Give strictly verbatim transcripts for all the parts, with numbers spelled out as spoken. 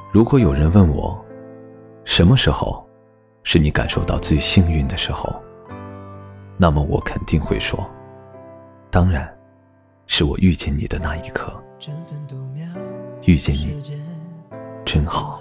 如果有人问我，什么时候是你感受到最幸运的时候，那么我肯定会说，当然是我遇见你的那一刻。遇见你真好。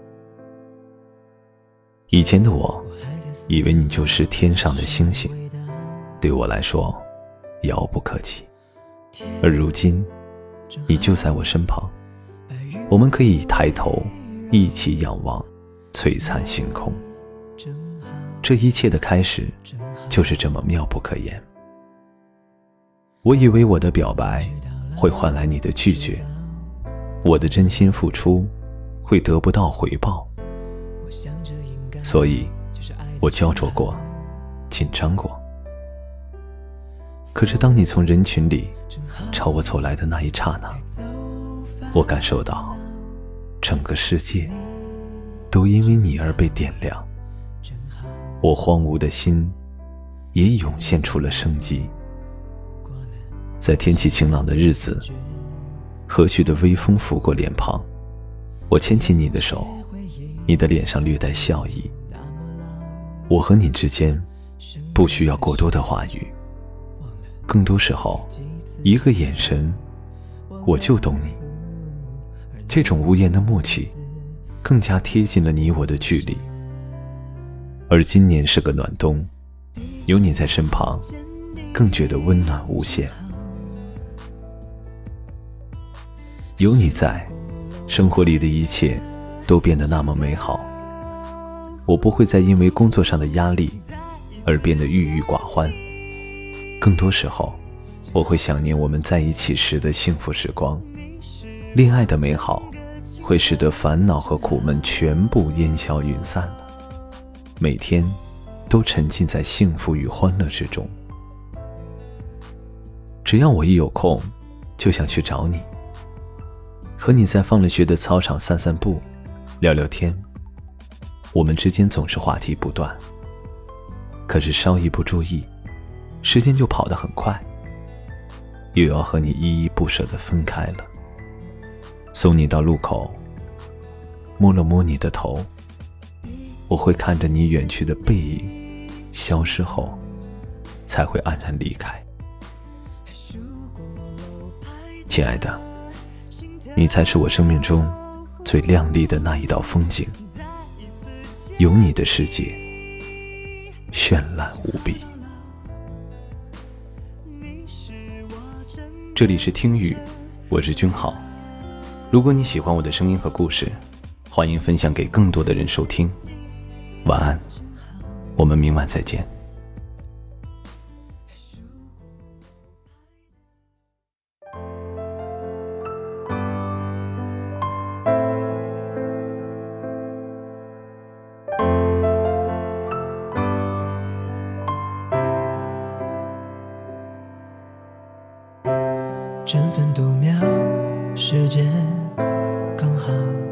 以前的我以为你就是天上的星星，对我来说遥不可及，而如今你就在我身旁，我们可以抬头一起仰望璀璨星空。这一切的开始就是这么妙不可言。我以为我的表白会换来你的拒绝，我的真心付出会得不到回报，所以我焦灼过，紧张过。可是当你从人群里朝我走来的那一刹那，我感受到整个世界都因为你而被点亮，我荒芜的心也涌现出了生机。在天气晴朗的日子，和煦的微风拂过脸庞，我牵起你的手，你的脸上略带笑意。我和你之间不需要过多的话语，更多时候一个眼神我就懂你。这种无言的默契更加贴近了你我的距离。而今年是个暖冬，有你在身旁更觉得温暖无限。有你在，生活里的一切都变得那么美好。我不会再因为工作上的压力而变得郁郁寡欢，更多时候我会想念我们在一起时的幸福时光。恋爱的美好会使得烦恼和苦闷全部烟消云散了，每天都沉浸在幸福与欢乐之中。只要我一有空就想去找你，和你在放了学的操场散散步，聊聊天。我们之间总是话题不断，可是稍一不注意，时间就跑得很快，又要和你依依不舍地分开了。送你到路口，摸了摸你的头，我会看着你远去的背影消失后，才会黯然离开。亲爱的，你才是我生命中最亮丽的那一道风景，有你的世界绚烂无比。这里是听雨，我是君豪。如果你喜欢我的声音和故事，欢迎分享给更多的人收听。晚安，我们明晚再见。 争分夺秒，时间刚好，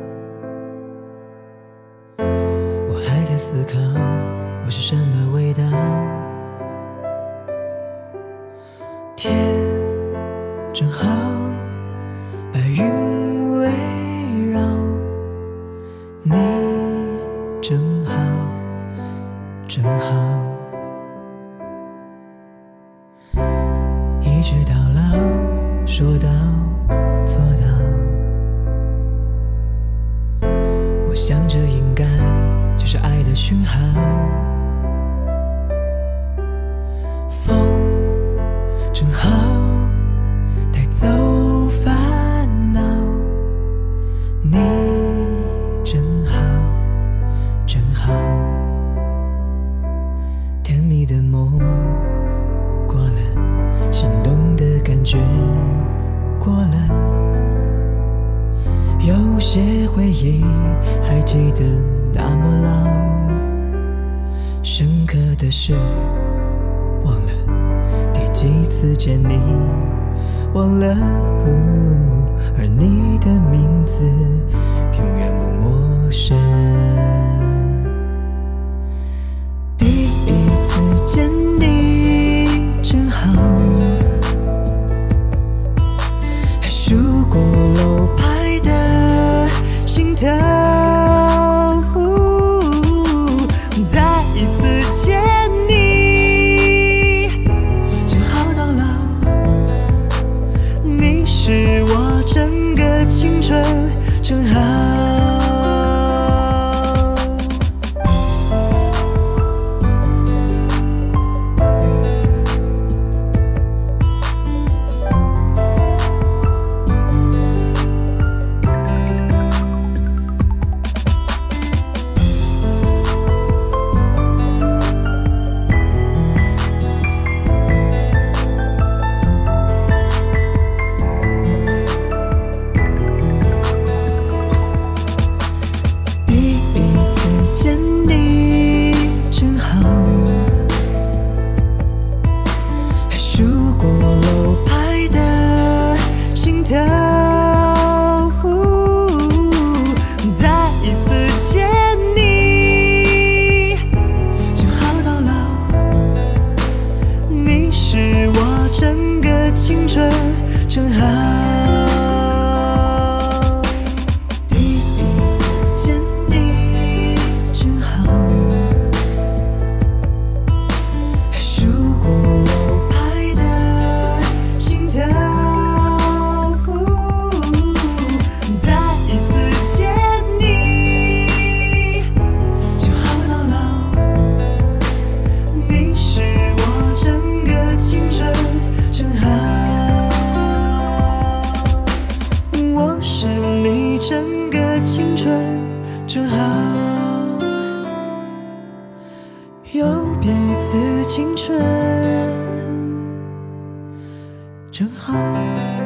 我还在思考我是什么味道。天正好，白云围绕，你正好正好，一直到老，说到做到，我想这应该就是爱的讯号。风正好带走烦恼，你正好正好，甜蜜的梦过了，心动的感觉过了，有些回忆还记得那么牢，深刻的是忘了第几次见你，忘了、哦、而你的名字永远不陌生。第一次见你正好，数过楼拍的心跳， 跳。再一次见你，就好到老。你是我整个青春，正好。第一次见你，正好。还数过我拍的心跳。再一次见你，就好到老。你是我整个青春，正好。我是你整个青春，正好。有彼此青春，正好。